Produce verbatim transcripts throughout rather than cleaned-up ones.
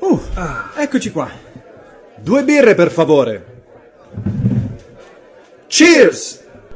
Uh, eccoci qua. Due birre, per favore. Cheers!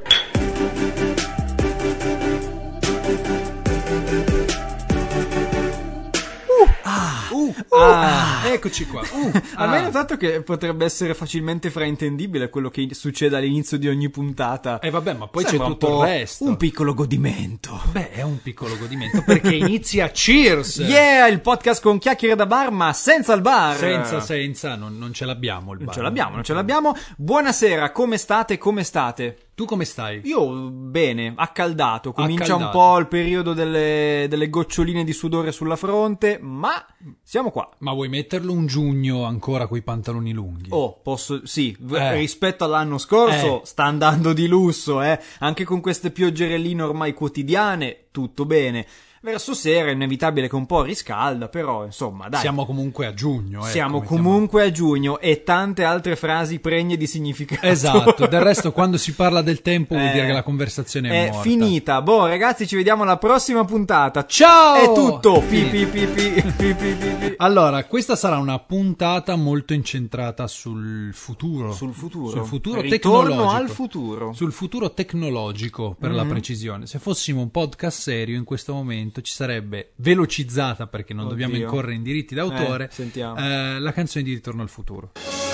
Uh, ah, eccoci qua. Uh, A me ah. è notato che potrebbe essere facilmente fraintendibile quello che succede all'inizio di ogni puntata. E eh vabbè, ma poi Sembra c'è un tutto po' il resto. Un piccolo godimento. Beh, è un piccolo godimento perché inizia Cheers. Yeah, il podcast con chiacchiere da bar, ma senza il bar. Senza, senza, non, non ce l'abbiamo il bar. Non ce l'abbiamo, non ce l'abbiamo. Buonasera, come state, come state? Tu come stai? Io bene, accaldato, comincia Accaldato. un po' il periodo delle, delle goccioline di sudore sulla fronte, ma siamo qua. Ma vuoi metterlo un giugno ancora coi pantaloni lunghi? Oh, posso, sì, v- Eh. rispetto all'anno scorso Eh. sta andando di lusso, eh, anche con queste pioggerelline ormai quotidiane, tutto bene. Verso sera è inevitabile che un po' riscalda, però insomma, dai. Siamo comunque a giugno. ecco, Siamo mettiamo- comunque a giugno e tante altre frasi pregne di significato. Esatto, del resto quando si parla del tempo vuol Eh, dire che la conversazione è, È morta. finita. Boh, ragazzi, ci vediamo alla prossima puntata. Ciao! È tutto. Pi, Finito. pi, pi, pi, pi, pi, pi, pi. Allora, questa sarà una puntata molto incentrata sul futuro. Sul futuro. Sul futuro Ritorno tecnologico. al futuro. Sul futuro tecnologico, per Mm-hmm. la precisione. Se fossimo un podcast serio, in questo momento ci sarebbe velocizzata, perché non Oddio. dobbiamo incorrere in diritti d'autore, Eh, sentiamo. eh, la canzone di Ritorno al futuro.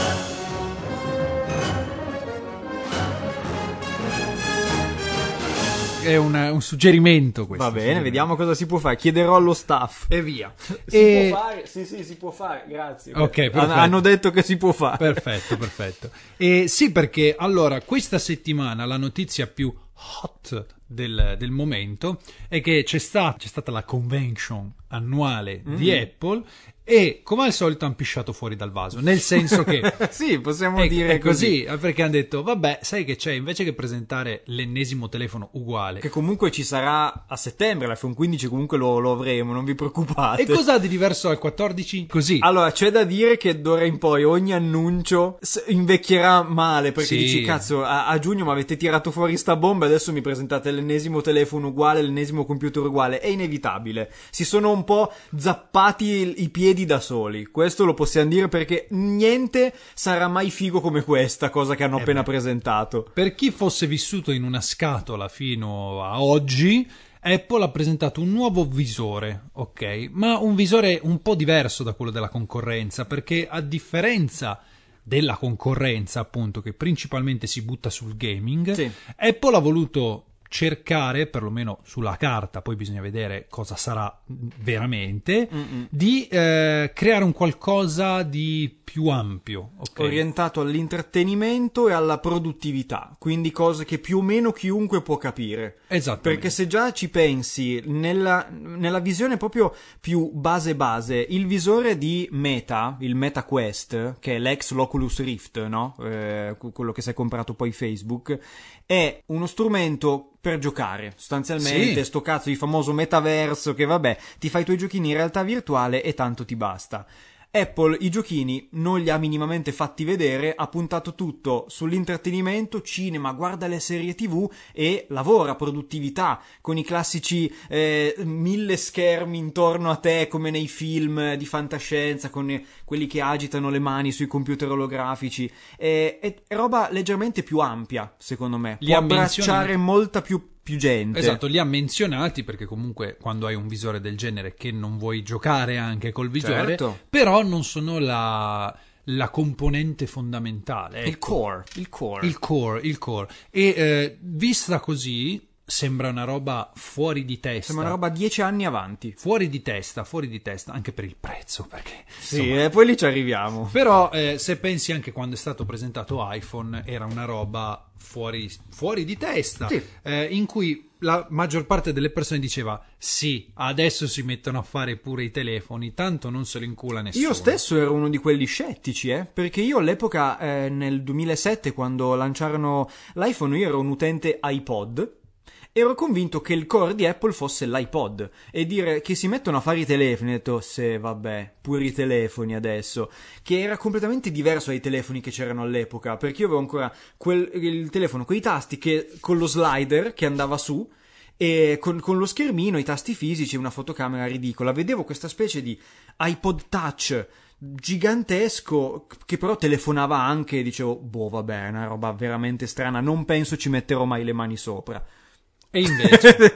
È un, un suggerimento questo. Va bene, suggerimento. vediamo cosa si può fare. Chiederò allo staff. E via. Si E- può fare? Sì, sì, si può fare. Grazie. Ok, perfetto. Han- Hanno detto che si può fare. Perfetto, perfetto. E sì, perché allora questa settimana la notizia più hot del, del momento è che c'è, sta- c'è stata la convention annuale di Apple e come al solito hanno pisciato fuori dal vaso, nel senso che Sì, possiamo è, dire è così, perché hanno detto vabbè, sai che c'è, invece che presentare l'ennesimo telefono uguale, Che comunque ci sarà a settembre, l'iPhone quindici comunque lo, lo avremo, non vi preoccupate. e cosa ha di diverso dal quattordici? Così. Allora, c'è da dire che d'ora in poi ogni annuncio s- invecchierà male, perché Sì. dici, cazzo, a, a giugno mi avete tirato fuori sta bomba e adesso mi presentate l'ennesimo telefono uguale, l'ennesimo computer uguale. È inevitabile. Si sono un po' zappati il- i piedi da soli. Questo lo possiamo dire perché niente sarà mai figo come questa cosa che hanno Eh appena beh. presentato. Per chi fosse vissuto in una scatola fino a oggi, Apple ha presentato un nuovo visore, ok? Ma un visore un po' diverso da quello della concorrenza, perché a differenza della concorrenza, appunto, che principalmente si butta sul gaming, Sì. Apple ha voluto cercare, perlomeno sulla carta, poi bisogna vedere cosa sarà veramente, Mm-mm. di eh, creare un qualcosa di più ampio, ok? Orientato all'intrattenimento e alla produttività, quindi cose che più o meno chiunque può capire. Esattamente. Perché se già ci pensi nella, nella visione proprio più base base, il visore di Meta, il Meta Quest, che è l'ex l'Oculus Rift, no? Eh, quello che si è comprato poi Facebook, è uno strumento per giocare, sostanzialmente, Sì. sto cazzo di famoso metaverso che vabbè, ti fai i tuoi giochini in realtà virtuale e tanto ti basta. Apple i giochini non li ha minimamente fatti vedere, ha puntato tutto sull'intrattenimento, cinema, guarda le serie tv e lavora, produttività, con i classici eh, mille schermi intorno a te come nei film di fantascienza, con eh, quelli che agitano le mani sui computer olografici. Eh, è, è roba leggermente più ampia, secondo me. Li Può ha abbracciare menzionati. molta più più gente. Esatto, li ha menzionati perché comunque quando hai un visore del genere che non vuoi giocare anche col visore, Certo. però non sono la, la componente fondamentale. Il ecco. core, il core. Il core, il core. E eh, vista così sembra una roba fuori di testa. Sembra una roba dieci anni avanti. Fuori di testa, fuori di testa, anche per il prezzo, perché Sì, insomma, eh, poi lì ci arriviamo. però eh, se pensi anche quando è stato presentato iPhone era una roba fuori, fuori di testa, Sì. eh, in cui la maggior parte delle persone diceva sì, adesso si mettono a fare pure i telefoni, tanto non se lo incula nessuno. Io stesso ero uno di quelli scettici, eh, perché io all'epoca, eh, nel duemilasette, quando lanciarono l'iPhone, io ero un utente iPod. Ero convinto che il core di Apple fosse l'iPod e dire che si mettono a fare i telefoni, ho detto se vabbè, pure i telefoni adesso, che era completamente diverso dai telefoni che c'erano all'epoca, perché io avevo ancora quel, il telefono con i tasti che, con lo slider che andava su e con, con lo schermino, i tasti fisici e una fotocamera ridicola. Vedevo questa specie di iPod Touch gigantesco, che però telefonava anche e dicevo, boh vabbè, è una roba veramente strana, non penso ci metterò mai le mani sopra. E invece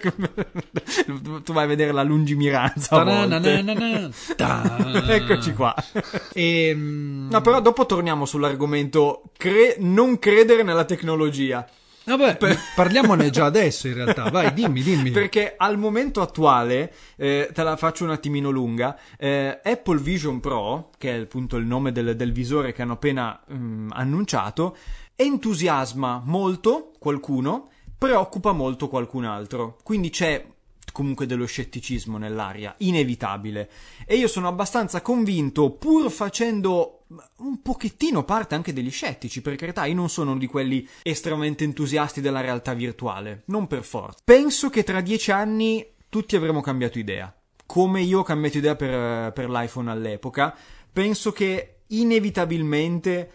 tu vai a vedere la lungimiranza a volte. Eccoci qua. E, no, però dopo torniamo sull'argomento cre- non credere nella tecnologia. Vabbè, per... parliamone già adesso in realtà, vai, dimmi, dimmi. Perché al momento attuale, eh, te la faccio un attimino lunga, eh, Apple Vision Pro, che è appunto il nome del, del visore che hanno appena um, annunciato, entusiasma molto qualcuno, preoccupa molto qualcun altro, quindi c'è comunque dello scetticismo nell'aria, inevitabile, e io sono abbastanza convinto, pur facendo un pochettino parte anche degli scettici, per carità, io non sono uno di quelli estremamente entusiasti della realtà virtuale, non per forza. Penso che tra dieci anni tutti avremo cambiato idea, come io ho cambiato idea per, per l'iPhone all'epoca. Penso che inevitabilmente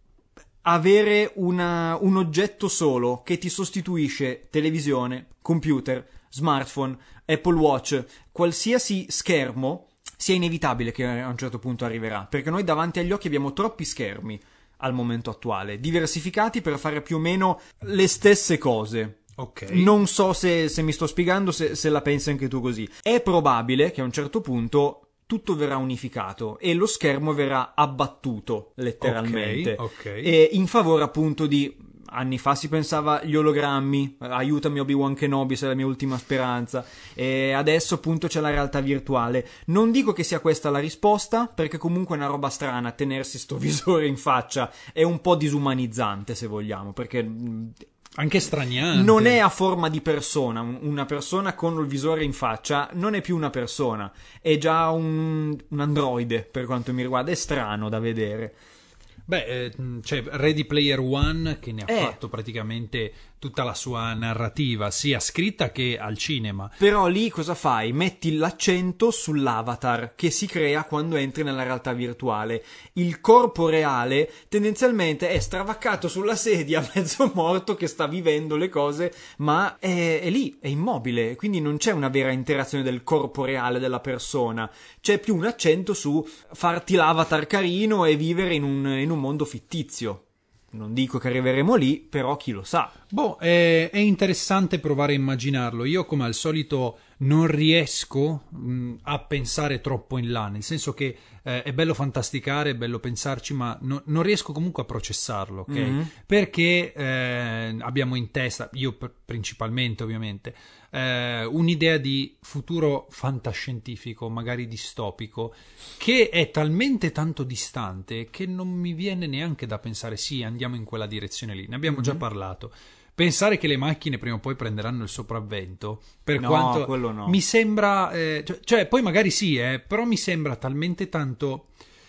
avere una, un oggetto solo che ti sostituisce televisione, computer, smartphone, Apple Watch, qualsiasi schermo, sia inevitabile che a un certo punto arriverà, perché noi davanti agli occhi abbiamo troppi schermi al momento attuale, diversificati per fare più o meno le stesse cose. Ok. Non so se, se mi sto spiegando, se, se la pensi anche tu così. È probabile che a un certo punto tutto verrà unificato e lo schermo verrà abbattuto letteralmente, Ok, ok. e in favore appunto di, anni fa si pensava gli ologrammi, aiutami Obi-Wan Kenobi se è la mia ultima speranza, e adesso appunto c'è la realtà virtuale. Non dico che sia questa la risposta, perché comunque è una roba strana tenersi sto visore in faccia, è un po' disumanizzante se vogliamo, perché anche straniante. Non è a forma di persona, una persona con il visore in faccia non è più una persona, è già un, un androide per quanto mi riguarda, è strano da vedere. Beh, eh, c'è Ready Player One che ne ha Eh. fatto praticamente tutta la sua narrativa, sia scritta che al cinema. Però lì cosa fai? Metti l'accento sull'avatar che si crea quando entri nella realtà virtuale. Il corpo reale tendenzialmente è stravaccato sulla sedia, mezzo morto, che sta vivendo le cose, ma è, è lì, è immobile, quindi non c'è una vera interazione del corpo reale della persona. C'è più un accento su farti l'avatar carino e vivere in un, in un mondo fittizio. Non dico che arriveremo lì, però chi lo sa. Boh, è, è interessante provare a immaginarlo. Io, come al solito, non riesco mh, a pensare troppo in là, nel senso che eh, è bello fantasticare, è bello pensarci, ma no, non riesco comunque a processarlo, ok? Mm-hmm. Perché eh, abbiamo in testa, io pr- principalmente ovviamente, eh, un'idea di futuro fantascientifico, magari distopico, che è talmente tanto distante che non mi viene neanche da pensare sì, andiamo in quella direzione lì. Ne abbiamo mm-hmm. già parlato. Pensare che le macchine prima o poi prenderanno il sopravvento, per no, quanto quello no. mi sembra, eh, cioè, cioè poi magari sì, eh, però mi sembra talmente tanto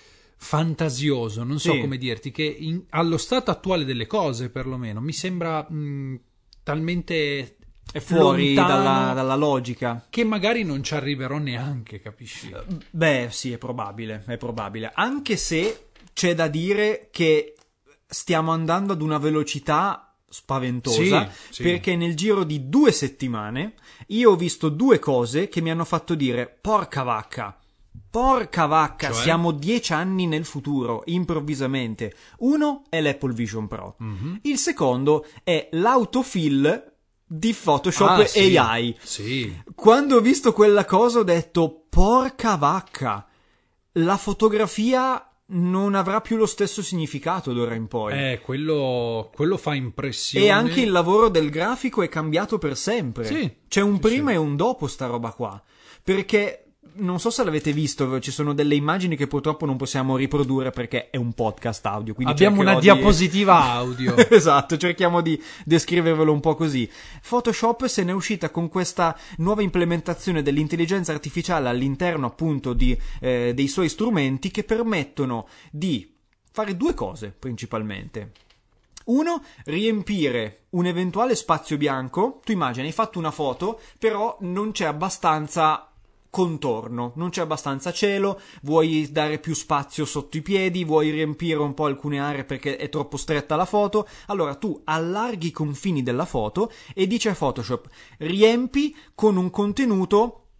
fantasioso, non so sì. come dirti, che in, allo stato attuale delle cose, perlomeno, mi sembra mh, talmente è fuori lontano, dalla, dalla logica, che magari non ci arriverò neanche, capisci? Beh, sì, è probabile, è probabile, anche se c'è da dire che stiamo andando ad una velocità spaventosa, sì, sì. Perché nel giro di due settimane io ho visto due cose che mi hanno fatto dire porca vacca, porca vacca, cioè? Siamo dieci anni nel futuro, improvvisamente. Uno è l'Apple Vision Pro, mm-hmm. Il secondo è l'autofill di Photoshop ah, sì, A I. Sì. Quando ho visto quella cosa ho detto porca vacca, la fotografia non avrà più lo stesso significato d'ora in poi. Eh, quello, quello fa impressione. E anche il lavoro del grafico è cambiato per sempre. Sì. C'è un sì, prima sì. e un dopo sta roba qua. Perché non so se l'avete visto, ci sono delle immagini che purtroppo non possiamo riprodurre perché è un podcast audio. Quindi abbiamo una di... diapositiva audio. Esatto, cerchiamo di descrivervelo un po' così. Photoshop se n'è uscita con questa nuova implementazione dell'intelligenza artificiale all'interno appunto di, eh, dei suoi strumenti che permettono di fare due cose principalmente. Uno, riempire un eventuale spazio bianco. Tu immagini, hai fatto una foto, però non c'è abbastanza contorno, non c'è abbastanza cielo, vuoi dare più spazio sotto i piedi, vuoi riempire un po' alcune aree perché è troppo stretta la foto, allora tu allarghi i confini della foto e dici a Photoshop riempi con un contenuto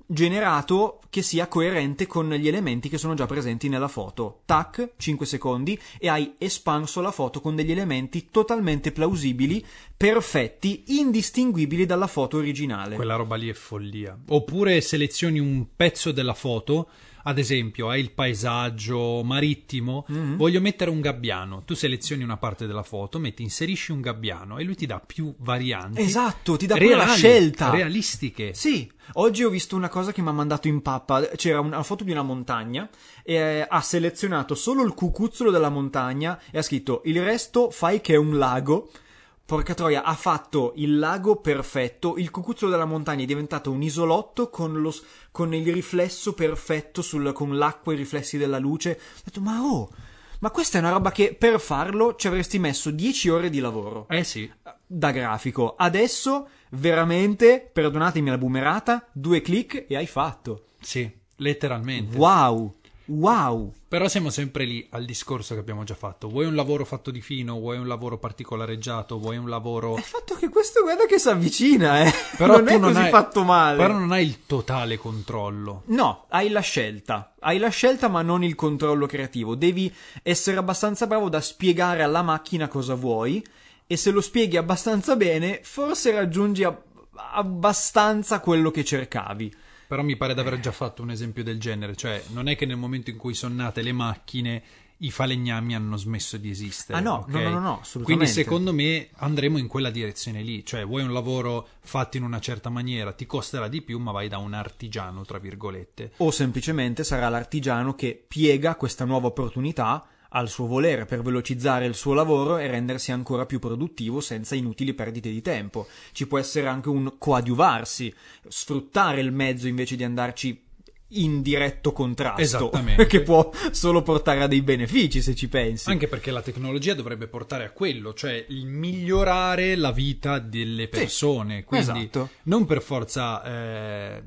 generato che sia coerente con gli elementi che sono già presenti nella foto. Tac, cinque secondi, e hai espanso la foto con degli elementi totalmente plausibili, perfetti, indistinguibili dalla foto originale. Quella roba lì è follia. Oppure selezioni un pezzo della foto, ad esempio hai il paesaggio marittimo, mm-hmm. voglio mettere un gabbiano, tu selezioni una parte della foto, metti inserisci un gabbiano e lui ti dà più varianti. Esatto, ti dà reali, pure la scelta. Realistiche. Sì, oggi ho visto una cosa che mi ha mandato in pappa, c'era una foto di una montagna e eh, ha selezionato solo il cucuzzolo della montagna e ha scritto il resto fai che è un lago. Porca troia, ha fatto il lago perfetto, il cucuzzolo della montagna è diventato un isolotto con, lo, con il riflesso perfetto, sul, con l'acqua e i riflessi della luce. Ho detto, ma oh, ma questa è una roba che per farlo ci avresti messo dieci ore di lavoro. Eh sì. Da grafico. Adesso, veramente, perdonatemi la boomerata, due click e hai fatto. Sì, letteralmente. Wow! Wow! Però siamo sempre lì al discorso che abbiamo già fatto. Vuoi un lavoro fatto di fino? Vuoi un lavoro particolareggiato? Vuoi un lavoro... È fatto che questo guarda che si avvicina, eh! Però non tu è non così hai... fatto male. Però non hai il totale controllo. No, hai la scelta. Hai la scelta ma non il controllo creativo. Devi essere abbastanza bravo da spiegare alla macchina cosa vuoi e se lo spieghi abbastanza bene, forse raggiungi ab- abbastanza quello che cercavi. Però mi pare di aver già fatto un esempio del genere, cioè non è che nel momento in cui sono nate le macchine i falegnami hanno smesso di esistere. Ah no, okay? no, no, no, assolutamente. Quindi secondo me andremo in quella direzione lì, cioè vuoi un lavoro fatto in una certa maniera, ti costerà di più ma vai da un artigiano, tra virgolette. O semplicemente sarà l'artigiano che piega questa nuova opportunità al suo volere per velocizzare il suo lavoro e rendersi ancora più produttivo senza inutili perdite di tempo. Ci può essere anche un coadiuvarsi, sfruttare il mezzo invece di andarci in diretto contrasto. Esattamente. Che può solo portare a dei benefici se ci pensi. Anche perché la tecnologia dovrebbe portare a quello, cioè il migliorare la vita delle persone. Sì, quindi esatto. Non per forza eh,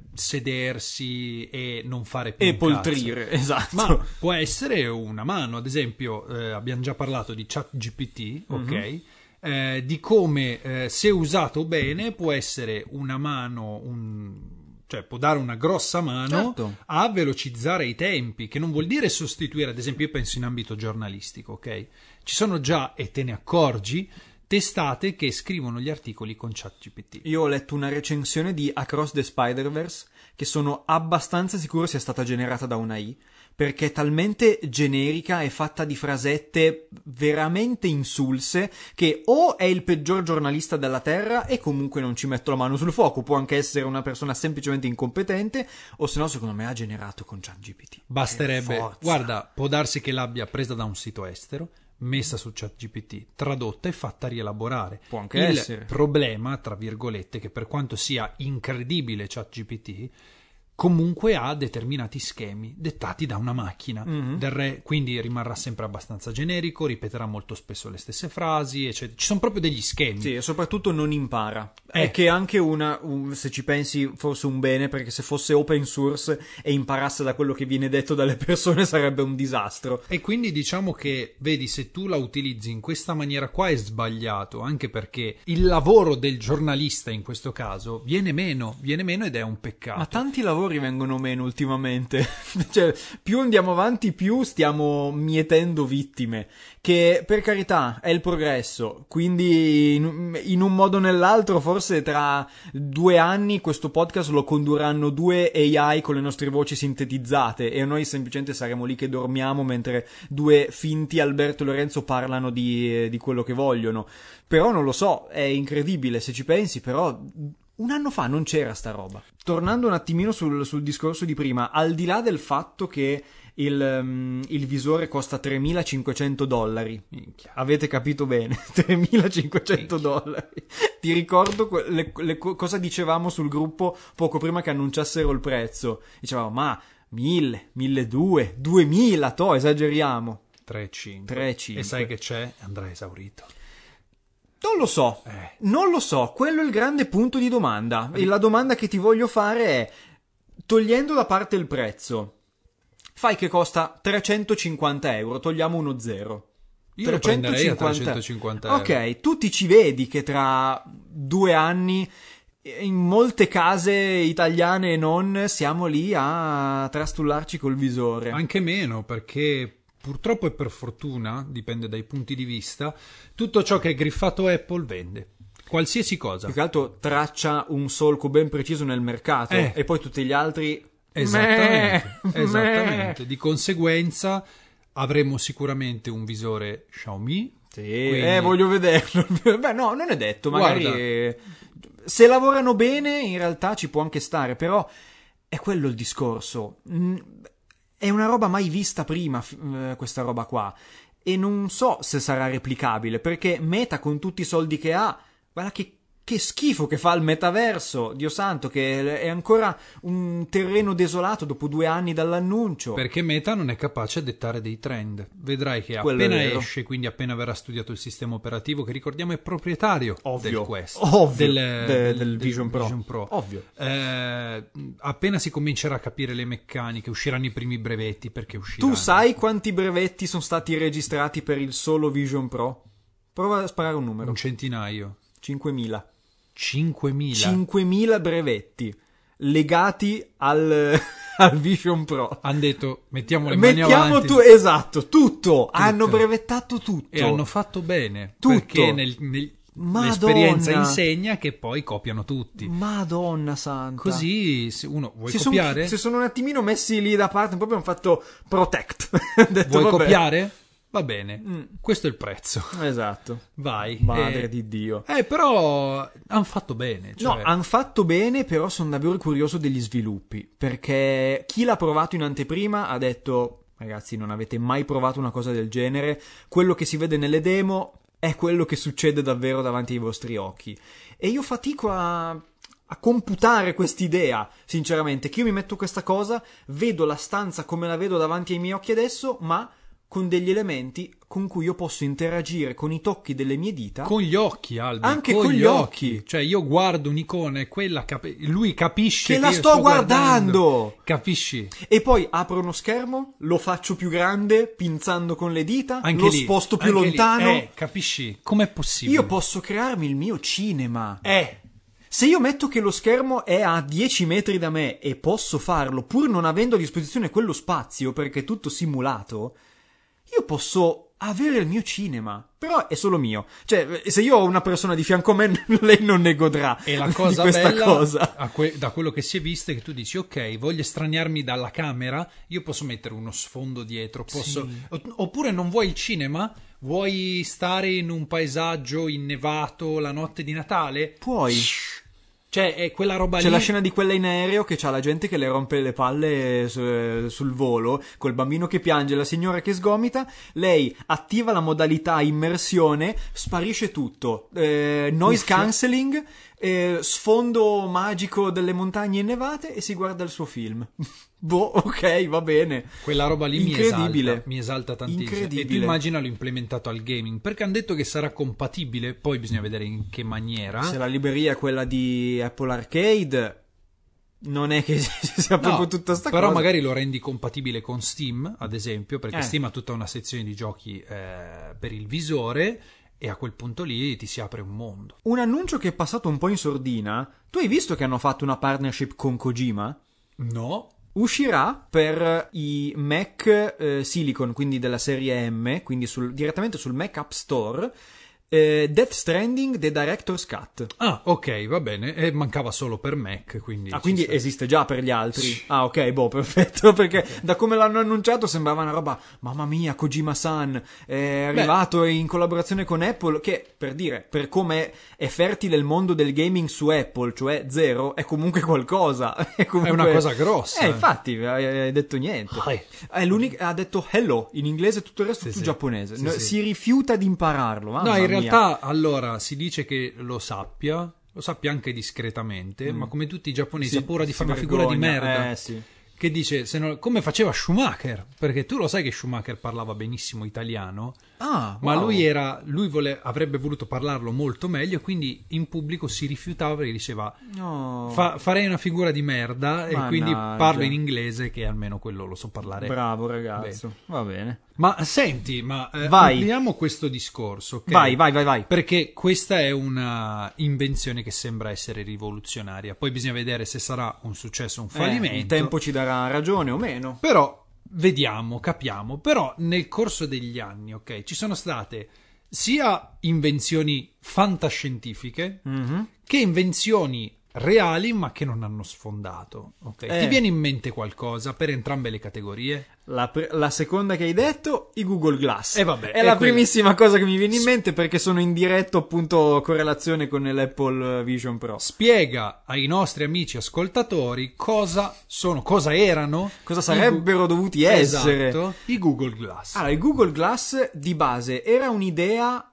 sedersi e non fare più e un poltrire, cazzo. esatto. Ma può essere una mano, ad esempio eh, abbiamo già parlato di ChatGPT, ok? Mm-hmm. Eh, di come eh, se usato bene può essere una mano, un cioè può dare una grossa mano certo. a velocizzare i tempi, che non vuol dire sostituire, ad esempio io penso in ambito giornalistico, ok? Ci sono già, e te ne accorgi, testate che scrivono gli articoli con ChatGPT. Io ho letto una recensione di Across the Spider-Verse che sono abbastanza sicuro sia stata generata da una I, perché è talmente generica e fatta di frasette veramente insulse che o è il peggior giornalista della terra e comunque non ci metto la mano sul fuoco, può anche essere una persona semplicemente incompetente, o se no secondo me ha generato con ChatGPT. Basterebbe, guarda, può darsi che l'abbia presa da un sito estero, messa su ChatGPT, tradotta e fatta rielaborare. Può anche il essere. problema, tra virgolette, che per quanto sia incredibile ChatGPT, comunque ha determinati schemi dettati da una macchina. Mm-hmm. Del re, quindi rimarrà sempre abbastanza generico, ripeterà molto spesso le stesse frasi, eccetera. Ci sono proprio degli schemi. Sì, e soprattutto non impara. Eh. È che anche una, un, se ci pensi, forse un bene, perché se fosse open source e imparasse da quello che viene detto dalle persone sarebbe un disastro. E quindi diciamo che, vedi, se tu la utilizzi in questa maniera qua è sbagliato, anche perché il lavoro del giornalista in questo caso viene meno, viene meno ed è un peccato. Ma tanti lavori vengono meno ultimamente. Cioè, più andiamo avanti, più stiamo mietendo vittime. Che per carità è il progresso. Quindi, in, in un modo o nell'altro, forse tra due anni questo podcast lo condurranno due A I con le nostre voci sintetizzate. E noi semplicemente saremo lì che dormiamo mentre due finti Alberto e Lorenzo parlano di, di quello che vogliono. Però non lo so, è incredibile se ci pensi, però. Un anno fa non c'era sta roba. Tornando un attimino sul, sul discorso di prima, al di là del fatto che il, um, il visore costa tremilacinquecento dollari, minchia, avete capito bene, tremilacinquecento dollari. Ti ricordo que- le, le, cosa dicevamo sul gruppo poco prima che annunciassero il prezzo. Dicevamo, ma mille, milleduecento, duemila, to, esageriamo. tre cinque. tre cinque. E sai che c'è? Andrà esaurito. Non lo so, eh. non lo so, quello è il grande punto di domanda. E la domanda che ti voglio fare è, togliendo da parte il prezzo, fai che costa trecentocinquanta euro, togliamo uno zero. Io lo prenderei a trecentocinquanta euro. Ok, tu ti ci vedi che tra due anni in molte case italiane e non siamo lì a trastullarci col visore. Anche meno, perché purtroppo e per fortuna, dipende dai punti di vista, tutto ciò che è griffato Apple vende. Qualsiasi cosa. Più che altro traccia un solco ben preciso nel mercato Eh. e poi tutti gli altri... Esattamente, Meh, esattamente. meh. Di conseguenza avremo sicuramente un visore Xiaomi. Sì, Quindi- eh, voglio vederlo. Beh, no, non è detto, magari... Guarda. eh, se lavorano bene, in realtà ci può anche stare, però è quello il discorso. Mm, È una roba mai vista prima, f- eh, questa roba qua. E non so se sarà replicabile, perché Meta, con tutti i soldi che ha, guarda che, che schifo che fa il metaverso, Dio santo, che è ancora un terreno desolato dopo due anni dall'annuncio. Perché Meta non è capace a dettare dei trend. Vedrai che Quello è appena vero. esce, quindi appena verrà studiato il sistema operativo, che ricordiamo è proprietario Ovvio. del Quest, Ovvio. del, De- del Vision Pro. Ovvio. Eh, appena si comincerà a capire le meccaniche, usciranno i primi brevetti, perché usciranno. Tu sai quanti brevetti sono stati registrati per il solo Vision Pro? Prova a sparare un numero. Un centinaio. cinquemila. cinquemila. cinquemila brevetti legati al, al Vision Pro. Hanno detto, mettiamo le mani Mettiamo avanti. tu, esatto, tutto. Hanno brevettato tutto. E hanno fatto bene. Tutto. Perché nel, nel- Madonna. l'esperienza insegna che poi copiano tutti. Madonna santa. Così, se uno vuoi si copiare? Son, si sono un attimino messi lì da parte, proprio hanno fatto protect. Ho detto, Vuoi vabbè. copiare? Va bene. Mm. Questo è il prezzo. Esatto. Vai. Madre Eh, di Dio. Eh, però hanno fatto bene. No, Cioè, hanno fatto bene, però sono davvero curioso degli sviluppi, perché chi l'ha provato in anteprima ha detto, ragazzi, non avete mai provato una cosa del genere, quello che si vede nelle demo è quello che succede davvero davanti ai vostri occhi. E io fatico a... a computare quest'idea, sinceramente, che io mi metto questa cosa, vedo la stanza come la vedo davanti ai miei occhi adesso, ma con degli elementi con cui io posso interagire con i tocchi delle mie dita. con gli occhi, Albi. Anche con gli occhi. Cioè, io guardo un'icona e quella capi- lui capisce Che che, la io sto guardando. Capisci? E poi apro uno schermo, lo faccio più grande, pinzando con le dita, Anche lo lì, sposto più anche lì. lontano. Eh, capisci? Com'è possibile? Io posso crearmi il mio cinema. Eh. Se io metto che lo schermo è a dieci metri da me e posso farlo, pur non avendo a disposizione quello spazio, perché è tutto simulato, io posso avere il mio cinema. Però è solo mio. Cioè, se io ho una persona di fianco a me, lei non ne godrà E la di cosa questa bella, cosa. a que- da quello che si è visto, è che tu dici, ok, voglio estraniarmi dalla camera, io posso mettere uno sfondo dietro, posso... Sì. o- oppure non vuoi il cinema? Vuoi stare in un paesaggio innevato la notte di Natale? Puoi. Cioè, è quella roba C'è lì... la scena di quella in aereo che c'ha la gente che le rompe le palle su- sul volo, col bambino che piange, la signora che sgomita, lei attiva la modalità immersione, sparisce tutto, eh, noise Cuffia. cancelling, eh, sfondo magico delle montagne innevate e si guarda il suo film. Boh, ok, va bene. Quella roba lì mi Incredibile. esalta, mi esalta tantissimo. E tu Incredibile. immaginalo implementato al gaming, perché hanno detto che sarà compatibile, poi bisogna vedere in che maniera. Se la libreria è quella di Apple Arcade, non è che sia proprio No, tutta sta però cosa. magari lo rendi compatibile con Steam, ad esempio, perché Eh. Steam ha tutta una sezione di giochi eh, per il visore e a quel punto lì ti si apre un mondo. Un annuncio che è passato un po' in sordina. Tu hai visto che hanno fatto una partnership con Kojima? No? Uscirà per i Mac eh, Silicon, quindi della serie M, quindi sul- direttamente sul Mac App Store, eh, Death Stranding The Director's Cut. Ah, ok, va bene. E mancava solo per Mac, quindi... Ah, ci quindi sta. esiste già per gli altri? Sì. Ah, ok, boh, perfetto, perché da come l'hanno annunciato sembrava una roba, mamma mia, Kojima-san è arrivato in collaborazione con Apple, che, per dire, per come è fertile il mondo del gaming su Apple, cioè zero, è comunque qualcosa. È, comunque... È una cosa grossa. Eh, infatti, hai, hai detto niente. Dai. È l'unica- ha detto hello in inglese, tutto il resto Sì, tutto sì. giapponese. Sì, No, sì. Si rifiuta di impararlo. Mamma No, in mia. realtà, allora, si dice che lo sappia, lo sappia anche discretamente, ma come tutti i giapponesi Si- ha paura di si fare una figura di vergogna. merda. Eh, sì. Che dice, se non- come faceva Schumacher, perché tu lo sai che Schumacher parlava benissimo italiano, Ah, ma wow. lui era lui vole- avrebbe voluto parlarlo molto meglio, quindi in pubblico si rifiutava perché diceva No. "Fa- farei una figura di merda e Mannaggia. quindi parlo in inglese che almeno quello lo so parlare. Bravo ragazzo, va bene. Ma senti, ma eh, Vai. ampliamo questo discorso, ok? Vai, vai, vai, vai. Perché questa è una invenzione che sembra essere rivoluzionaria. Poi bisogna vedere se sarà un successo o un fallimento. Eh, il tempo ci darà ragione o meno. Però vediamo, capiamo. Però nel corso degli anni, ok, ci sono state sia invenzioni fantascientifiche Mm-hmm. che invenzioni reali ma che non hanno sfondato. Okay? Eh. Ti viene in mente qualcosa per entrambe le categorie? La, pr- la seconda che hai detto, i Google Glass. Eh, vabbè, è è la quella. primissima cosa che mi viene in mente perché sono in diretto appunto correlazione con l'Apple Vision Pro. Spiega ai nostri amici ascoltatori cosa sono, cosa erano, Cosa i sarebbero Gu- dovuti essere. Esatto, i Google Glass. Allora, il Google Glass di base era un'idea.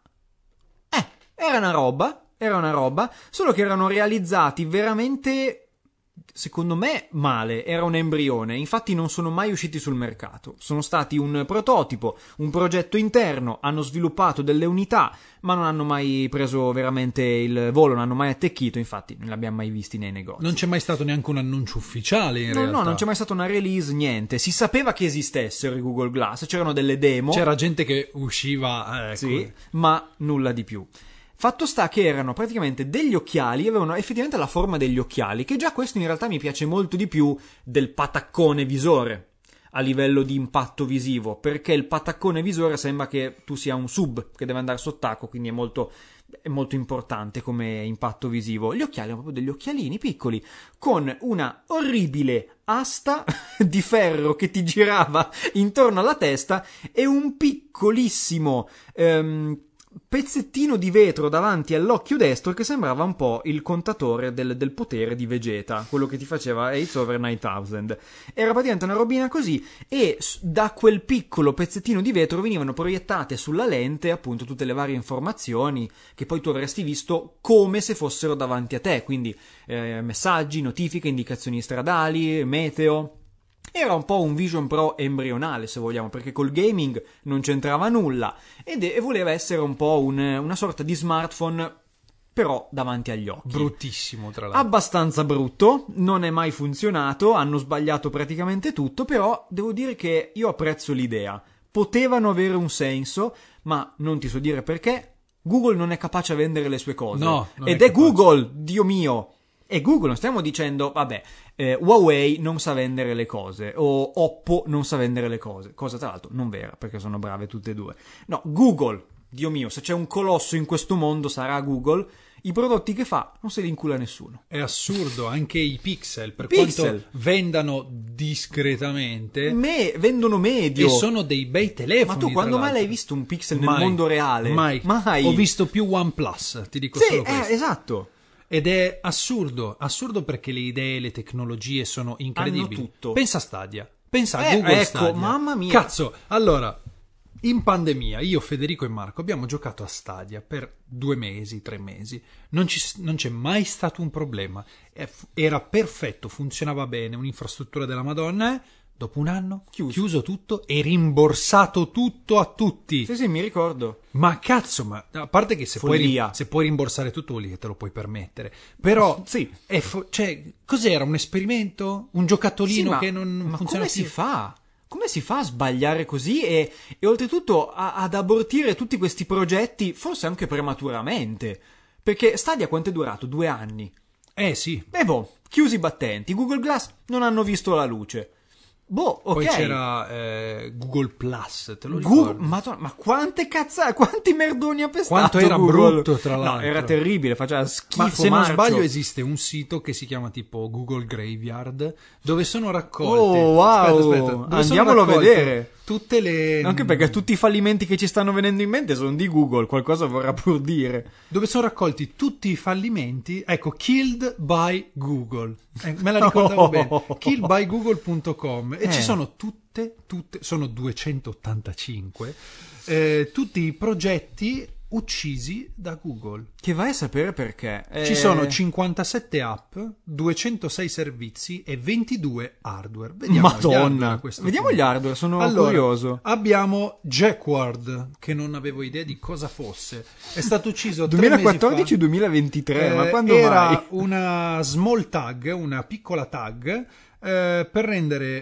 Eh, era una roba. Era una roba. Solo che erano realizzati veramente. Secondo me male, era un embrione, infatti non sono mai usciti sul mercato. Sono stati un prototipo, un progetto interno, hanno sviluppato delle unità, ma non hanno mai preso veramente il volo, non hanno mai attecchito, infatti non li abbiamo mai visti nei negozi. Non c'è mai stato neanche un annuncio ufficiale in No, realtà. no, non c'è mai stata una release, niente. Si sapeva che esistessero i Google Glass, c'erano delle demo. C'era gente che usciva, ecco. Sì, ma nulla di più. Fatto sta che erano praticamente degli occhiali, avevano effettivamente la forma degli occhiali, che già questo in realtà mi piace molto di più del pataccone visore a livello di impatto visivo, perché il pataccone visore sembra che tu sia un sub che deve andare sott'acqua, quindi è molto, è molto importante come impatto visivo. Gli occhiali erano proprio degli occhialini piccoli, con una orribile asta di ferro che ti girava intorno alla testa e un piccolissimo ehm, pezzettino di vetro davanti all'occhio destro che sembrava un po' il contatore del, del potere di Vegeta, quello che ti faceva eight over nine thousand. Era praticamente una robina così e da quel piccolo pezzettino di vetro venivano proiettate sulla lente appunto tutte le varie informazioni che poi tu avresti visto come se fossero davanti a te, quindi eh, messaggi, notifiche, indicazioni stradali, meteo. Era un po' un Vision Pro embrionale, se vogliamo, perché col gaming non c'entrava nulla ed e voleva essere un po' un, una sorta di smartphone, però davanti agli occhi. Bruttissimo, tra l'altro. Abbastanza brutto, non è mai funzionato, hanno sbagliato praticamente tutto, però devo dire che io apprezzo l'idea. Potevano avere un senso, ma non ti so dire perché. Google non è capace a vendere le sue cose. No, non ed è è, capace. Google, Dio mio. E Google, non stiamo dicendo, vabbè, eh, Huawei non sa vendere le cose, o Oppo non sa vendere le cose, cosa tra l'altro non vera, perché sono brave tutte e due. No, Google, Dio mio, se c'è un colosso in questo mondo sarà Google, i prodotti che fa non se li incula nessuno. È assurdo, anche i pixel, per Pixel. quanto vendano discretamente, Me, vendono medio. e sono dei bei telefoni. Ma tu tra quando mai l'altro. l'hai visto un pixel nel Mai. mondo reale? Mai. Mai. Ho visto più OnePlus, ti dico Sì, solo eh, questo. esatto. Ed è assurdo, assurdo perché le idee, le tecnologie sono incredibili. Hanno tutto. Pensa a Stadia, pensa a Eh, Google ecco, Stadia. mamma mia. Cazzo, allora, in pandemia io, Federico e Marco abbiamo giocato a Stadia per due mesi, tre mesi. Non, ci, non c'è mai stato un problema. È- Era perfetto, funzionava bene, un'infrastruttura della Madonna. eh. Dopo un anno, Chiuso. chiuso tutto e rimborsato tutto a tutti. Sì, sì, mi ricordo. Ma cazzo, ma a parte che se puoi, Follia. rim- se puoi rimborsare tutto vuol dire che te lo puoi permettere. Però, Sì. è fo- cioè, cos'era? Un esperimento? Un giocattolino Sì, ma, che non ma funziona come più? si fa? Come si fa a sbagliare così e, e oltretutto a- ad abortire tutti questi progetti, forse anche prematuramente? Perché Stadia quanto è durato? Due anni. Eh sì. E boh, chiusi i battenti. Google Glass non hanno visto la luce. Boh, ok. Poi c'era eh, Google Plus, te lo Google, ricordi? Madonna, ma quante cazzate, quanti merdoni ha pestato Quanto era Google? brutto, tra No, l'altro. era terribile, faceva schifo. Ma se non marcio. sbaglio esiste un sito che si chiama tipo Google Graveyard dove sono raccolte. Oh, wow. Aspetta, aspetta, dove sono Andiamolo a raccolte vedere. Tutte le Anche perché tutti i fallimenti che ci stanno venendo in mente sono di Google, qualcosa vorrà pur dire. dove sono raccolti tutti i fallimenti, ecco, killed by Google. Eh, me la ricordavo bene. kill by google punto com e Eh. ci sono tutte, tutte, sono duecentottantacinque, eh, tutti i progetti uccisi da Google. Che vai a sapere perché. Ci Eh, sono cinquantasette app, duecentosei servizi e ventidue hardware. Vediamo gli hardware Madonna. a questo Vediamo punto. gli hardware, sono Allora, curioso. abbiamo Jacquard, che non avevo idea di cosa fosse. È stato ucciso tre duemilaquattordici mesi fa. duemilaventitré, ma Eh, quando era mai? una small tag, una piccola tag, eh, per rendere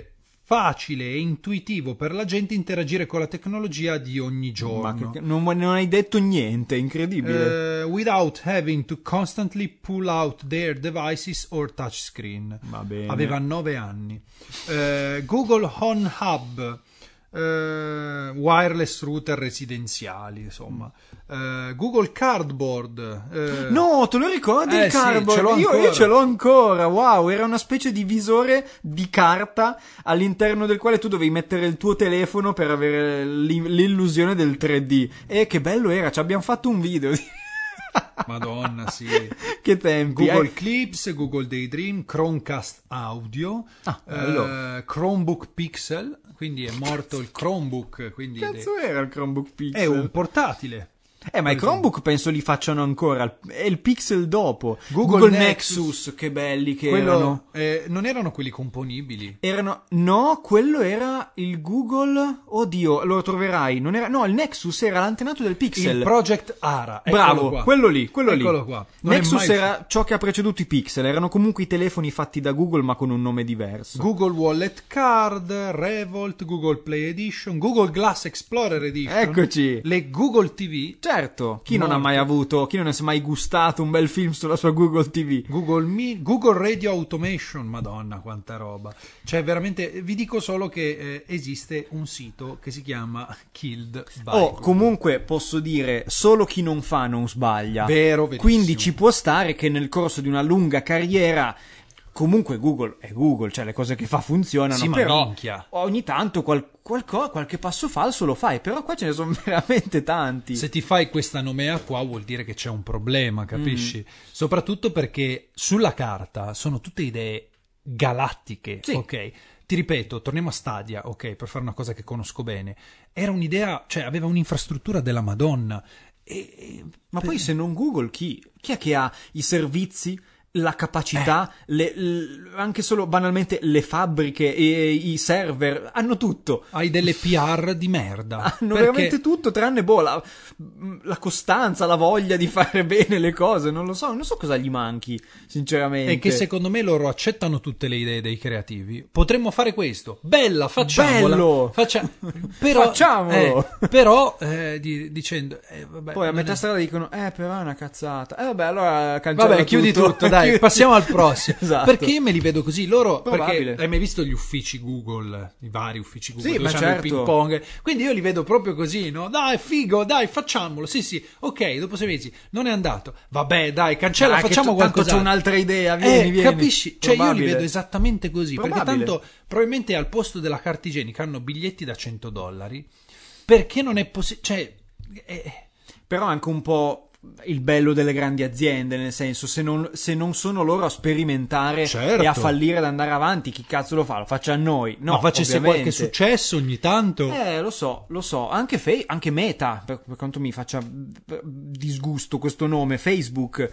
facile e intuitivo per la gente interagire con la tecnologia di ogni giorno. Ma che, non, non hai detto niente, incredibile. Uh, without having to constantly pull out their devices or touchscreen. Va bene. Aveva nove anni. Uh, Google Home Hub. Uh, wireless router residenziali, insomma. Uh, Google Cardboard. Uh, no, te lo ricordi eh, il Cardboard? Sì, ce l'ho io, ancora. io ce l'ho ancora. Wow, era una specie di visore di carta all'interno del quale tu dovevi mettere il tuo telefono per avere l'illusione del tre D. E che bello era, ci abbiamo fatto un video. Madonna, sì. Che tempi. Google eh. Clips, Google Daydream, Chromecast Audio, Ah, eh, Chromebook Pixel, quindi è morto il Chromebook, quindi Che cazzo era il Chromebook Pixel? è un portatile. Eh, ma i Chromebook penso li facciano ancora. È il Pixel dopo. Google Google, Nexus. Nexus, che belli che Quello, erano. eh, non erano quelli componibili. Erano. No, quello era il Google. Oddio, lo troverai. Non era. No, il Nexus era l'antenato del Pixel. Il Project Ara. Eccolo Bravo, qua. quello lì, quello Eccolo lì. qua. Non è Nexus mai- era ciò che ha preceduto i Pixel. Erano comunque i telefoni fatti da Google, ma con un nome diverso. Google Wallet Card, Revolt, Google Play Edition, Google Glass Explorer Edition. Eccoci. Le Google T V. Certo, chi non ha Molto. mai avuto, chi non si è mai gustato un bel film sulla sua Google T V? Google Me, Google Radio Automation, madonna quanta roba. Cioè veramente vi dico solo che eh, esiste un sito che si chiama Killed by Oh, Google. comunque posso dire, solo chi non fa non sbaglia. Vero, verissimo. Quindi ci può stare che nel corso di una lunga carriera comunque Google è Google, cioè le cose che fa funzionano, Sì, ma però minchia. ogni tanto qual- qualco- qualche passo falso lo fai, però qua ce ne sono veramente tanti. Se ti fai questa nomea qua vuol dire che c'è un problema, capisci? Mm. Soprattutto perché sulla carta sono tutte idee galattiche, Sì. ok? Ti ripeto, torniamo a Stadia, ok, per fare una cosa che conosco bene. Era un'idea, cioè aveva un'infrastruttura della Madonna. E, e- Ma per- poi se non Google, chi? Chi è che ha i servizi, la capacità, Eh. le- l- anche solo banalmente le fabbriche e i server? Hanno tutto. hai delle P R di merda. Hanno Perché- veramente tutto, tranne boh, la, la costanza, la voglia di fare bene le cose. Non lo so, non so cosa gli manchi, sinceramente. E che secondo me loro accettano tutte le idee dei creativi. Potremmo fare questo. Bella, facciamola. Bello! Faccia- però, Facciamolo! eh, però, eh, di- dicendo... eh, vabbè, Poi a non metà è- strada dicono, eh, però è una cazzata. Eh, vabbè, allora cancella Vabbè, chiudi tutto, dai, Chiudi- passiamo al prossimo. Esatto. Perché io me li vedo così. Loro, Probabile. perché hai mai visto gli uffici Google, i vari uffici Google, Sì, dove ma c'hanno certo. il ping pong? Quindi io li vedo proprio così, no? Dai, figo, dai, facciamolo. Sì, sì, ok, dopo sei mesi non è andato. Vabbè, dai, cancella, Dai, che facciamo t- tanto qualcosa. c'ho un'altra idea, vieni, eh, vieni. capisci? Cioè io li Probabile. vedo esattamente così, perché Probabile. tanto probabilmente al posto della carta igienica hanno biglietti da cento dollari. Perché non è possibile? Cioè... eh, Però anche un po' il bello delle grandi aziende, nel senso, se non, se non sono loro a sperimentare Certo. e a fallire ad andare avanti, chi cazzo lo fa? Lo faccia a noi. No, ma facesse ovviamente. qualche successo ogni tanto. Eh, lo so, lo so. Anche, Fe- anche Meta, per, per quanto mi faccia eh, disgusto questo nome, Facebook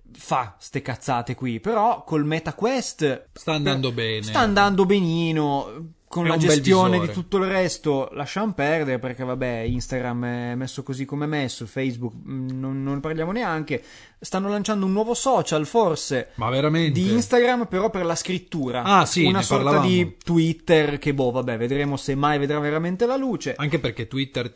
fa ste cazzate qui, però col MetaQuest Sta andando per- bene. Sta andando benino. Con È la un bel gestione di visore. tutto il resto lasciamo perdere, perché vabbè, Instagram è messo così come è messo, Facebook mh, non, non ne parliamo neanche. Stanno lanciando un nuovo social, forse, Ma veramente? di Instagram, però per la scrittura. Ah, sì, una ne sorta parlavamo. di Twitter che boh, vabbè, vedremo se mai vedrà veramente la luce. Anche perché Twitter...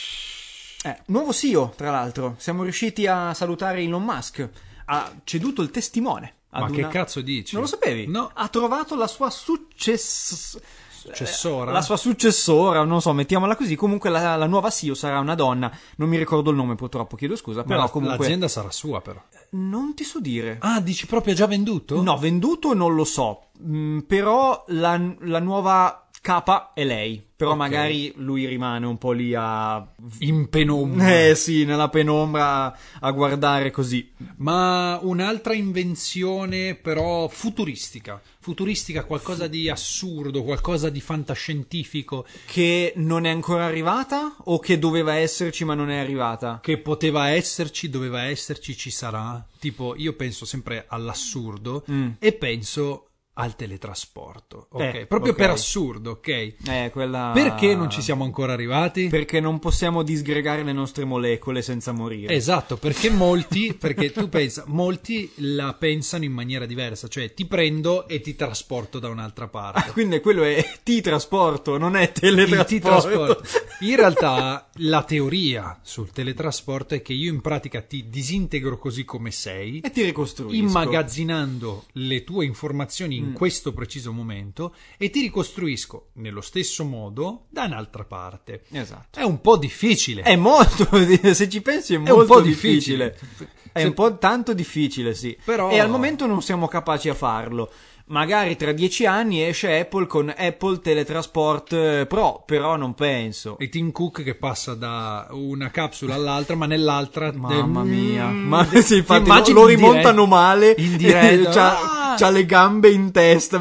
Eh, nuovo C E O, tra l'altro. Siamo riusciti a salutare Elon Musk. Ha ceduto il testimone. ad Ma che una- cazzo dici? Non lo sapevi? No. Ha trovato la sua success... Successora? La sua successora, non so, mettiamola così. Comunque la, la nuova C E O sarà una donna. Non mi ricordo il nome, purtroppo, chiedo scusa. Ma Però la- comunque... l'azienda sarà sua, però. Non ti so dire. Ah, dici proprio già venduto? No, venduto non lo so. Mm, però la, la nuova capa è lei. Però Ok. magari lui rimane un po' lì a... In penombra. Eh sì, nella penombra a guardare così. Ma un'altra invenzione, però futuristica. Futuristica, qualcosa di assurdo, qualcosa di fantascientifico, Che non è ancora arrivata o che doveva esserci ma non è arrivata? che poteva esserci, doveva esserci, ci sarà. Tipo, io penso sempre all'assurdo Mm. e penso al teletrasporto, ok? Eh, Proprio ok. per assurdo, ok? Eh, quella... Perché non ci siamo ancora arrivati? Perché non possiamo disgregare le nostre molecole senza morire. Esatto, perché molti, perché tu pensa, molti la pensano in maniera diversa, cioè ti prendo e ti trasporto da un'altra parte. Ah, quindi quello è T-trasporto, non è Il teletrasporto. T-trasporto. In realtà la teoria sul teletrasporto è che io in pratica ti disintegro così come sei, E ti ricostruisco. immagazzinando le tue informazioni in questo preciso momento, e ti ricostruisco nello stesso modo da un'altra parte. Esatto. È un po' difficile. È molto, se ci pensi è, È un molto po' difficile. difficile. È Se- un po' tanto difficile, sì. Però- E al momento non siamo capaci a farlo. Magari tra dieci anni esce Apple con Apple Teletransport eh, Pro, però non penso. E Tim Cook che passa da una capsula all'altra, ma nell'altra... Mamma Mm, mia, ma ti sì, infatti lo, immagini lo in rimontano diretta- male. in diretta. c'ha, Ah! c'ha le gambe in testa.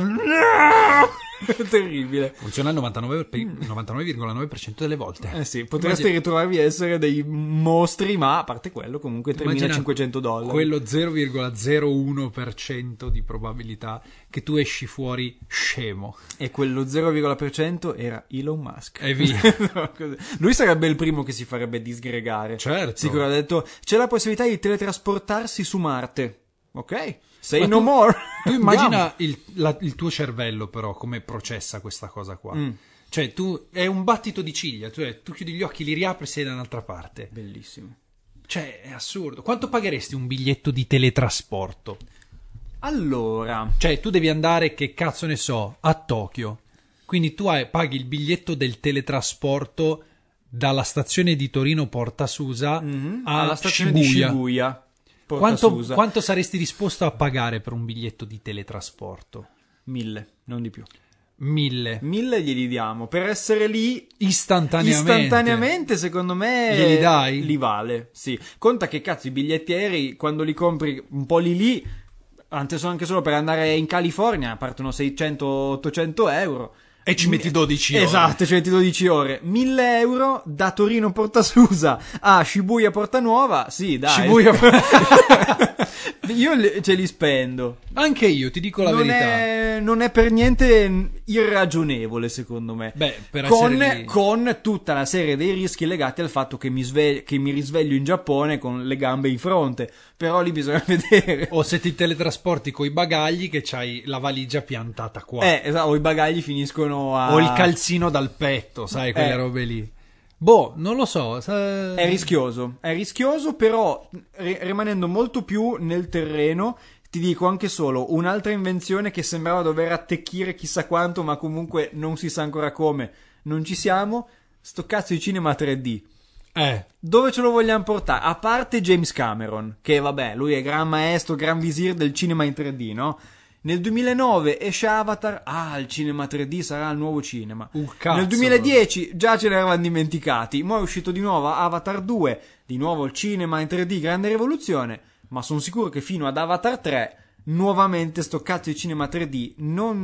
Terribile. Funziona il novantanove per- novantanove virgola nove per cento delle volte. Eh sì, potreste Immagina- ritrovarvi a essere dei mostri, ma a parte quello, comunque Immagina tremilacinquecento dollari. quello zero virgola zero uno per cento di probabilità che tu esci fuori scemo. E quello zero virgola uno per cento era Elon Musk. E via. No, così. Lui sarebbe il primo che si farebbe disgregare. Certo. Sicuro ha detto c'è la possibilità di teletrasportarsi su Marte. Ok, say Ma no tu- more. Tu Andiamo. immagina il, la- il tuo cervello però come processa questa cosa qua. Mm. Cioè tu è un battito di ciglia, cioè, tu chiudi gli occhi, li riapri e sei da un'altra parte. Bellissimo. Cioè è assurdo. Quanto pagheresti un biglietto di teletrasporto? Allora, Cioè tu devi andare, che cazzo ne so, a Tokyo. Quindi tu hai- paghi il biglietto del teletrasporto dalla stazione di Torino Porta Susa mhm, a alla stazione Shibuya. di Shibuya. Porta Quanto, Susa. quanto saresti disposto a pagare per un biglietto di teletrasporto? Mille, non di più. Mille. Mille glieli diamo. Per essere lì Istantaneamente. istantaneamente, secondo me, Glieli dai? Li vale, sì. Conta che cazzo i biglietti aerei, quando li compri un po' lì lì, anche solo, anche solo per andare in California, partono seicento ottocento euro. E ci metti dodici ore. Esatto, ci metti dodici ore. mille euro da Torino Porta Susa a Shibuya Porta Nuova, sì, dai. Shibuya. Io le- ce li spendo. Anche io, ti dico la non, verità. è, non è per niente irragionevole, secondo me. Beh, per con, essere lì- con tutta la serie dei rischi legati al fatto che mi, sve- che mi risveglio in Giappone con le gambe in fronte. Però lì bisogna vedere. O se ti teletrasporti coi bagagli che c'hai la valigia piantata qua. Eh, esatto, o i bagagli finiscono a... O il calzino dal petto, sai, quelle Eh. robe lì. Boh, non lo so. sa- È rischioso, è rischioso, però ri- rimanendo molto più nel terreno, ti dico anche solo un'altra invenzione che sembrava dover attecchire chissà quanto, ma comunque non si sa ancora come. Non ci siamo. Sto cazzo di cinema tre D. Eh, Dove ce lo vogliamo portare? A parte James Cameron, che vabbè, lui è gran maestro, gran visir del cinema in tre D, no? Nel duemilanove esce Avatar, ah, il cinema tre D sarà il nuovo cinema. Un cazzo, Nel duemiladieci già ce ne eravamo dimenticati, mo' è uscito di nuovo Avatar due, di nuovo il cinema in tre D, grande rivoluzione, ma sono sicuro che fino ad Avatar tre, nuovamente sto cazzo di cinema tre D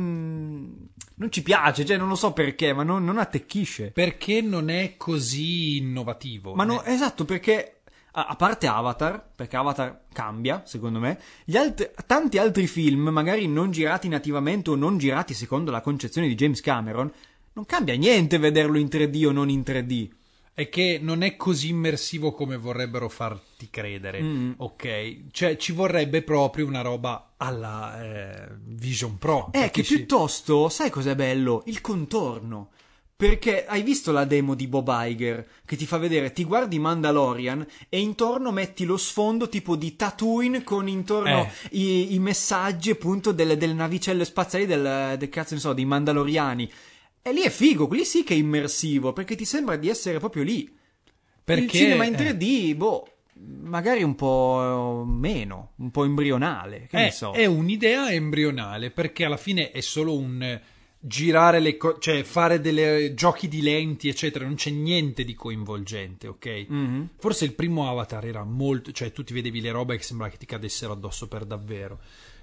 non... non ci piace, cioè non lo so perché, ma non, non attecchisce. perché non è così innovativo. Ma no, Eh, esatto, perché a, a parte Avatar, perché Avatar cambia, secondo me, gli altri, tanti altri film, magari non girati nativamente o non girati secondo la concezione di James Cameron, non cambia niente vederlo in tre D o non in tre D. è che non è così immersivo come vorrebbero farti credere, Mm. ok? Cioè ci vorrebbe proprio una roba alla eh, Vision Pro. Eh, che capisci? piuttosto, sai cos'è bello? Il contorno. Perché hai visto la demo di Bob Iger che ti fa vedere, ti guardi Mandalorian e intorno metti lo sfondo tipo di Tatooine con intorno Eh. i, i messaggi appunto delle, delle navicelle spaziali del, del cazzo ne so, dei Mandaloriani. E lì è figo, lì sì che è immersivo perché ti sembra di essere proprio lì. Perché Il cinema in eh, tre D, boh, magari un po' meno, un po' embrionale, che ne è, so. è un'idea embrionale perché alla fine è solo un eh, girare le cose, cioè fare delle giochi di lenti eccetera, non c'è niente di coinvolgente, ok? Mhm. Forse il primo Avatar era molto, cioè tu ti vedevi le robe che sembrava che ti cadessero addosso per davvero.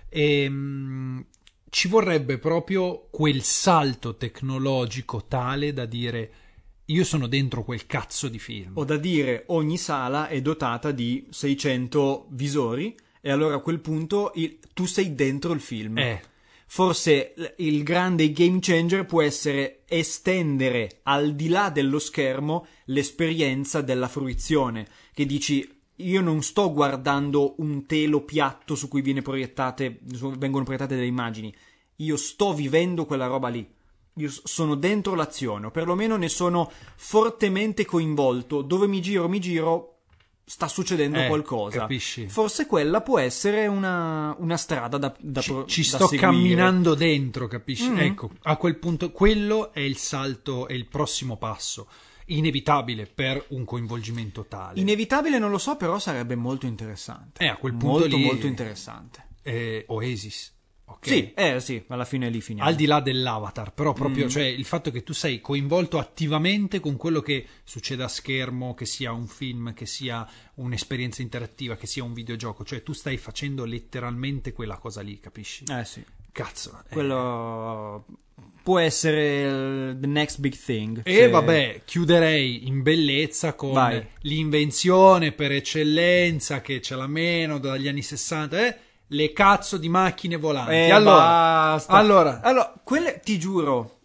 E mm, ci vorrebbe proprio quel salto tecnologico tale da dire io sono dentro quel cazzo di film. Ho da dire, ogni sala è dotata di seicento visori e allora a quel punto il- tu sei dentro il film. Eh, Forse il grande game changer può essere estendere al di là dello schermo l'esperienza della fruizione, che dici io non sto guardando un telo piatto su cui viene proiettate, vengono proiettate delle immagini, io sto vivendo quella roba lì, io sono dentro l'azione, o perlomeno ne sono fortemente coinvolto, dove mi giro mi giro sta succedendo eh, qualcosa. Capisci? Forse quella può essere una, una strada da, da Ci, pro, ci da sto seguire. camminando dentro, capisci? Mm. Ecco, a quel punto quello è il salto, è il prossimo passo. Inevitabile per un coinvolgimento tale. Inevitabile non lo so, però sarebbe molto interessante. Eh, a quel punto molto lì, molto interessante. Eh, Oasis. Okay. Sì, eh sì, alla fine lì finiamo. Al di là dell'avatar, però proprio Mm. cioè, il fatto che tu sei coinvolto attivamente con quello che succede a schermo, che sia un film, che sia un'esperienza interattiva, che sia un videogioco, cioè tu stai facendo letteralmente quella cosa lì, capisci? Eh sì. Cazzo. eh. Quello può essere il the next big thing. E Se- vabbè, chiuderei in bellezza con Vai. l'invenzione per eccellenza che ce l'ha meno dagli anni sessanta, eh? Le cazzo di macchine volanti. Eh, allora, basta. allora, Allora, quelle ti giuro.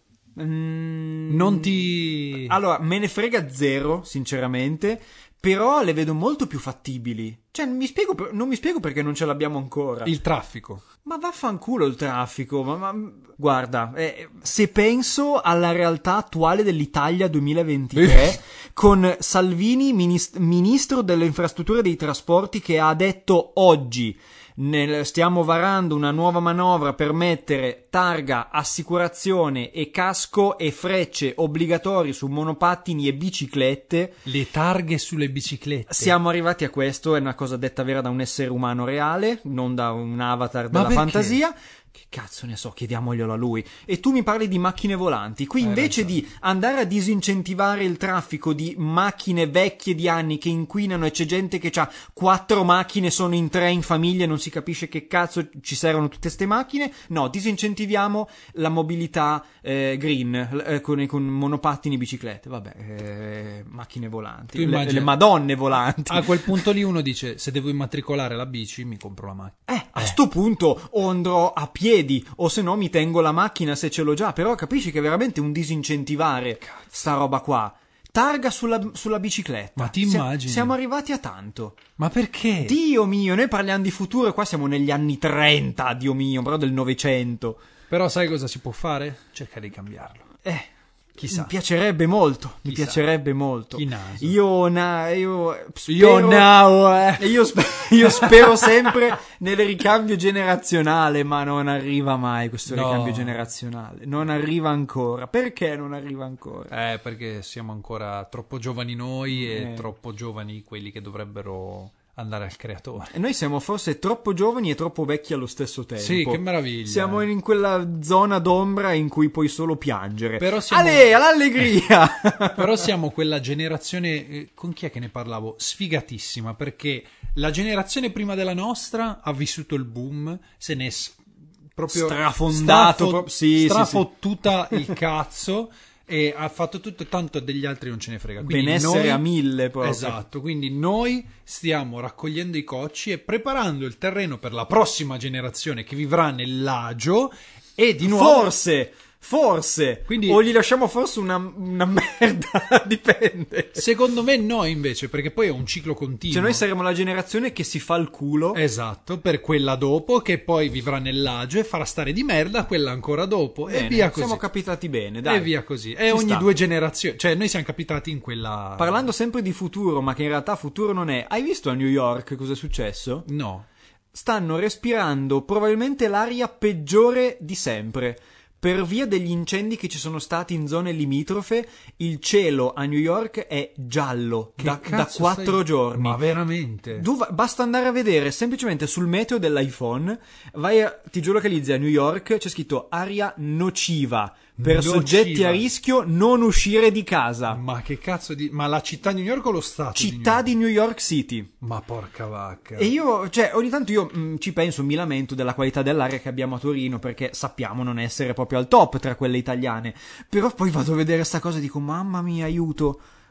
mm, non ti... Allora, me ne frega zero, sinceramente. Però le vedo molto più fattibili. Cioè, mi spiego per- non mi spiego perché non ce l'abbiamo ancora. Il traffico. Ma vaffanculo il traffico. Ma, ma- guarda, eh, se penso alla realtà attuale dell'Italia duemilaventitré, con Salvini, minis- ministro delle infrastrutture e dei trasporti, che ha detto oggi. Nel, stiamo varando una nuova manovra per mettere targa, assicurazione e casco e frecce obbligatori su monopattini e biciclette. Le targhe sulle biciclette. Siamo arrivati a questo, è una cosa detta vera da un essere umano reale, non da un avatar della perché? fantasia. Che cazzo ne so, chiediamoglielo a lui. E tu mi parli di macchine volanti. Qui Hai invece ragione. di andare a disincentivare il traffico di macchine vecchie di anni che inquinano e c'è gente che ha quattro macchine, sono in tre in famiglia e non si capisce che cazzo ci servono tutte ste macchine, no, disincentiviamo la mobilità eh, green eh, con, con monopattini e biciclette. Vabbè, eh, macchine volanti, Tu le, immagina- le madonne volanti. A quel punto lì uno dice, se devo immatricolare la bici mi compro la macchina. Eh, a sto punto o andrò a piedi o se no mi tengo la macchina se ce l'ho già, però capisci che è veramente un disincentivare sta roba qua. Targa sulla, sulla bicicletta. Ma ti Sia- immagini? Siamo arrivati a tanto. Ma perché? Dio mio, noi parliamo di futuro e qua siamo negli anni trenta, Dio mio, però del Novecento. Però sai cosa si può fare? Cercare di cambiarlo. Eh, Chissà. mi piacerebbe molto, mi Chissà. piacerebbe molto. Chi naso. Io, na, io spero... Io now, eh. Io, sp- io spero sempre nel ricambio generazionale, ma non arriva mai questo No. ricambio generazionale. Non arriva ancora. Perché non arriva ancora? Eh, perché siamo ancora troppo giovani noi e Eh. troppo giovani quelli che dovrebbero andare al creatore. E noi siamo forse troppo giovani e troppo vecchi allo stesso tempo. Sì, che meraviglia. Siamo in quella zona d'ombra in cui puoi solo piangere. Però siamo- Ale, all'allegria! Però siamo quella generazione, eh, con chi è che ne parlavo? Sfigatissima, perché la generazione prima della nostra ha vissuto il boom, se ne è s- proprio Strafondato, pro- sì, sì, strafottuta il cazzo e ha fatto tutto, tanto degli altri non ce ne frega. Quindi Benessere noi- a mille proprio. Esatto, quindi noi stiamo raccogliendo i cocci e preparando il terreno per la prossima generazione che vivrà nell'agio e di nuovo... Forse, forse. Quindi- O gli lasciamo forse una, una merda, dipende. Secondo me no invece, perché poi è un ciclo continuo. Cioè noi saremo la generazione che si fa il culo. Esatto, per quella dopo, che poi vivrà nell'agio e farà stare di merda quella ancora dopo. Bene, e via così. Siamo capitati bene, dai. E via così. E Ci ogni sta. due generazioni. Cioè, noi siamo capitati in quella. Parlando sempre di futuro, ma che in realtà futuro non è. Hai visto a New York cosa è successo? No. Stanno respirando probabilmente l'aria peggiore di sempre. Per via degli incendi che ci sono stati in zone limitrofe, il cielo a New York è giallo Che da, da cazzo quattro stai- giorni. Ma veramente? Tu va- basta andare a vedere semplicemente sul meteo dell'iPhone, vai a, ti geolocalizzi a New York, c'è scritto aria nociva, per Nociva. soggetti a rischio non uscire di casa. Ma che cazzo di. Ma la città di New York o lo stato? Città di di New York City. New York? Ma porca vacca. E io, cioè, ogni tanto io mh, ci penso, mi lamento della qualità dell'aria che abbiamo a Torino, perché sappiamo non essere proprio al top tra quelle italiane. Però poi vado a vedere sta cosa e dico, mamma mia, aiuto.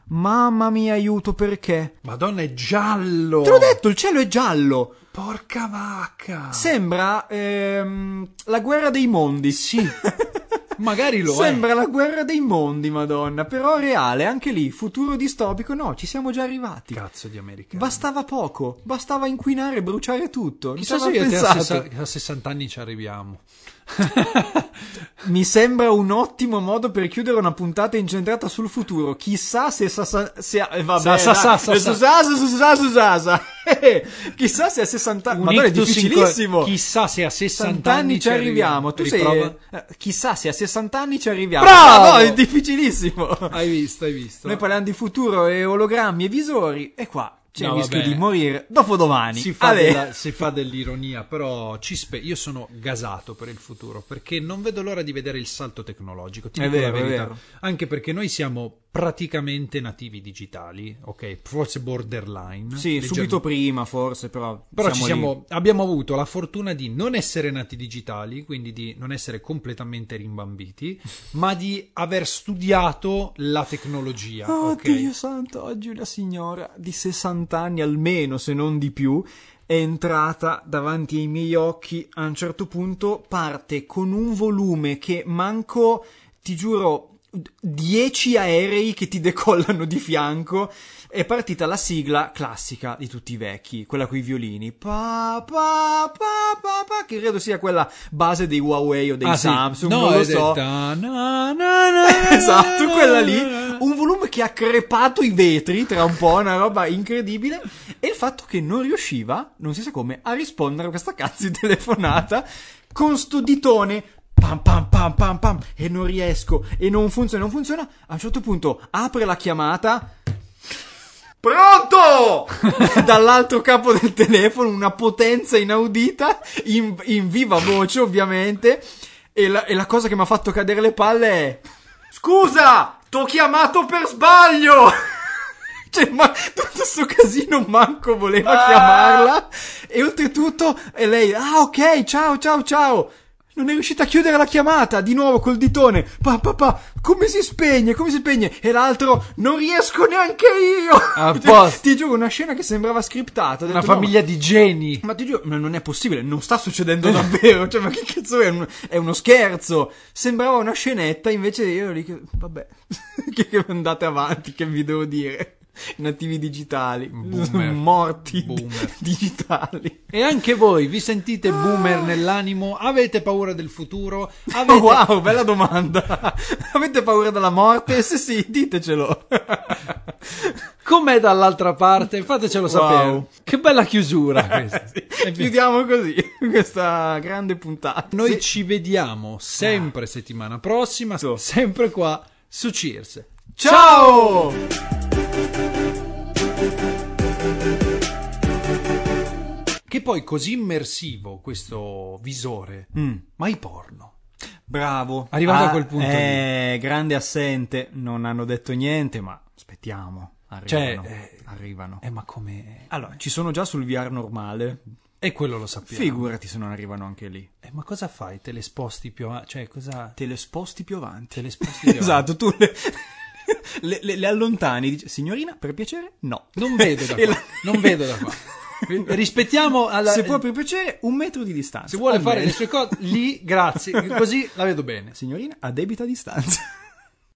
Mamma mia, aiuto, perché? Madonna, è giallo! Te l'ho detto, il cielo è giallo! Porca vacca! Sembra ehm, la guerra dei mondi. Sì, magari lo Sembra è. la guerra dei mondi, madonna. Però reale, anche lì, futuro distopico. No, ci siamo già arrivati. Cazzo di americani. Bastava poco, bastava inquinare e bruciare tutto. Chissà Non se ci io e te a, aveva sessa- pensato. a sessanta anni ci arriviamo. Mi sembra un ottimo modo per chiudere una puntata incentrata sul futuro. Chissà se sa, sa, se eh, vabbè, Sa- sa- dai. sa- sa- sa. Sa- sa- sa- sa- sa- sa. Eh, chissà se a sessanta anni. Un Madonna, è ictus in difficilissimo. co- Chissà se a sessanta anni ci arriviamo. Tu sei Riprova. eh, chissà se a sessanta anni ci arriviamo. Bravo! Ah, no, è difficilissimo. Hai visto, hai visto. Noi parliamo di futuro e ologrammi e visori e qua c'è No, il rischio vabbè. di morire dopo domani. Si fa, Ale. della- si fa dell'ironia, però ci spe- io sono gasato per il futuro perché non vedo l'ora di vedere il salto tecnologico. Ti È dico la vero, è verità. vero. Anche perché noi siamo praticamente nativi digitali, ok? Forse borderline. Sì, leggermente. subito prima forse, però Però siamo ci lì. siamo, abbiamo avuto la fortuna di non essere nati digitali, quindi di non essere completamente rimbambiti, ma di aver studiato la tecnologia. Oh ok? Dio santo, oggi una signora di sessanta anni almeno, se non di più, è entrata davanti ai miei occhi. A un certo punto parte con un volume che manco, ti giuro, dieci aerei che ti decollano di fianco. È partita la sigla classica di tutti i vecchi, quella coi violini, pa pa pa pa pa, che credo sia quella base dei Huawei o dei Ah, sì. Samsung, No, non lo è so. detta, na, na, na, Esatto, quella lì, na. un volume che ha crepato i vetri tra un po', una roba incredibile, e il fatto che non riusciva, non si sa come, a rispondere a questa cazzo di telefonata con sto ditone pam pam pam pam pam, e non riesco, e non funziona, non funziona. A un certo punto apre la chiamata, pronto! Dall'altro capo del telefono, una potenza inaudita, in, in viva voce ovviamente, e la, e la cosa che mi ha fatto cadere le palle è: scusa, t'ho chiamato per sbaglio! Cioè, ma tutto sto casino manco voleva chiamarla, e oltretutto, e lei, ah ok, ciao ciao ciao, non è riuscita a chiudere la chiamata, di nuovo col ditone, pa pa pa, come si spegne, come si spegne, e l'altro, non riesco neanche io! A Cioè, posto. ti giuro, una scena che sembrava scriptata. Ho Una detto, no, famiglia di geni. ma ti giuro, ma non è possibile, non sta succedendo davvero, cioè, ma che cazzo è? Un- è uno scherzo. Sembrava una scenetta, invece io ero lì che, vabbè, che, che andate avanti, che vi devo dire. Nativi digitali, Boomer. morti Boomer. digitali. E anche voi vi sentite boomer nell'animo? Avete paura del futuro? Avete... Oh, wow, bella domanda. Avete paura della morte? Se sì, ditecelo. Com'è dall'altra parte? Fatecelo sapere. Wow. Che bella chiusura questa. Sì, chiudiamo così questa grande puntata. Noi Sì. ci vediamo sempre settimana prossima, Sì. sempre qua su Cheers. Ciao! Che poi così immersivo questo visore, Mm. mai porno. Bravo. Arrivato Ah, a quel punto eh, grande assente. Non hanno detto niente, ma aspettiamo. Arrivano. Cioè, eh, arrivano. Eh ma come... Allora, ci sono già sul V R normale. E quello lo sappiamo. Figurati se non arrivano anche lì. Eh, ma cosa fai? Te le sposti più avanti? Cioè, cosa... Te le sposti più avanti. Te le sposti più avanti? Esatto, tu le, le, le- le allontani. Dici, signorina, per piacere? No. Non vedo da E qua. la- Non vedo da qua. Rispettiamo alla... Se può per piacere, un metro di distanza. Se vuole O fare meno. le sue cose lì, grazie. Così la vedo bene. Signorina, a debita distanza.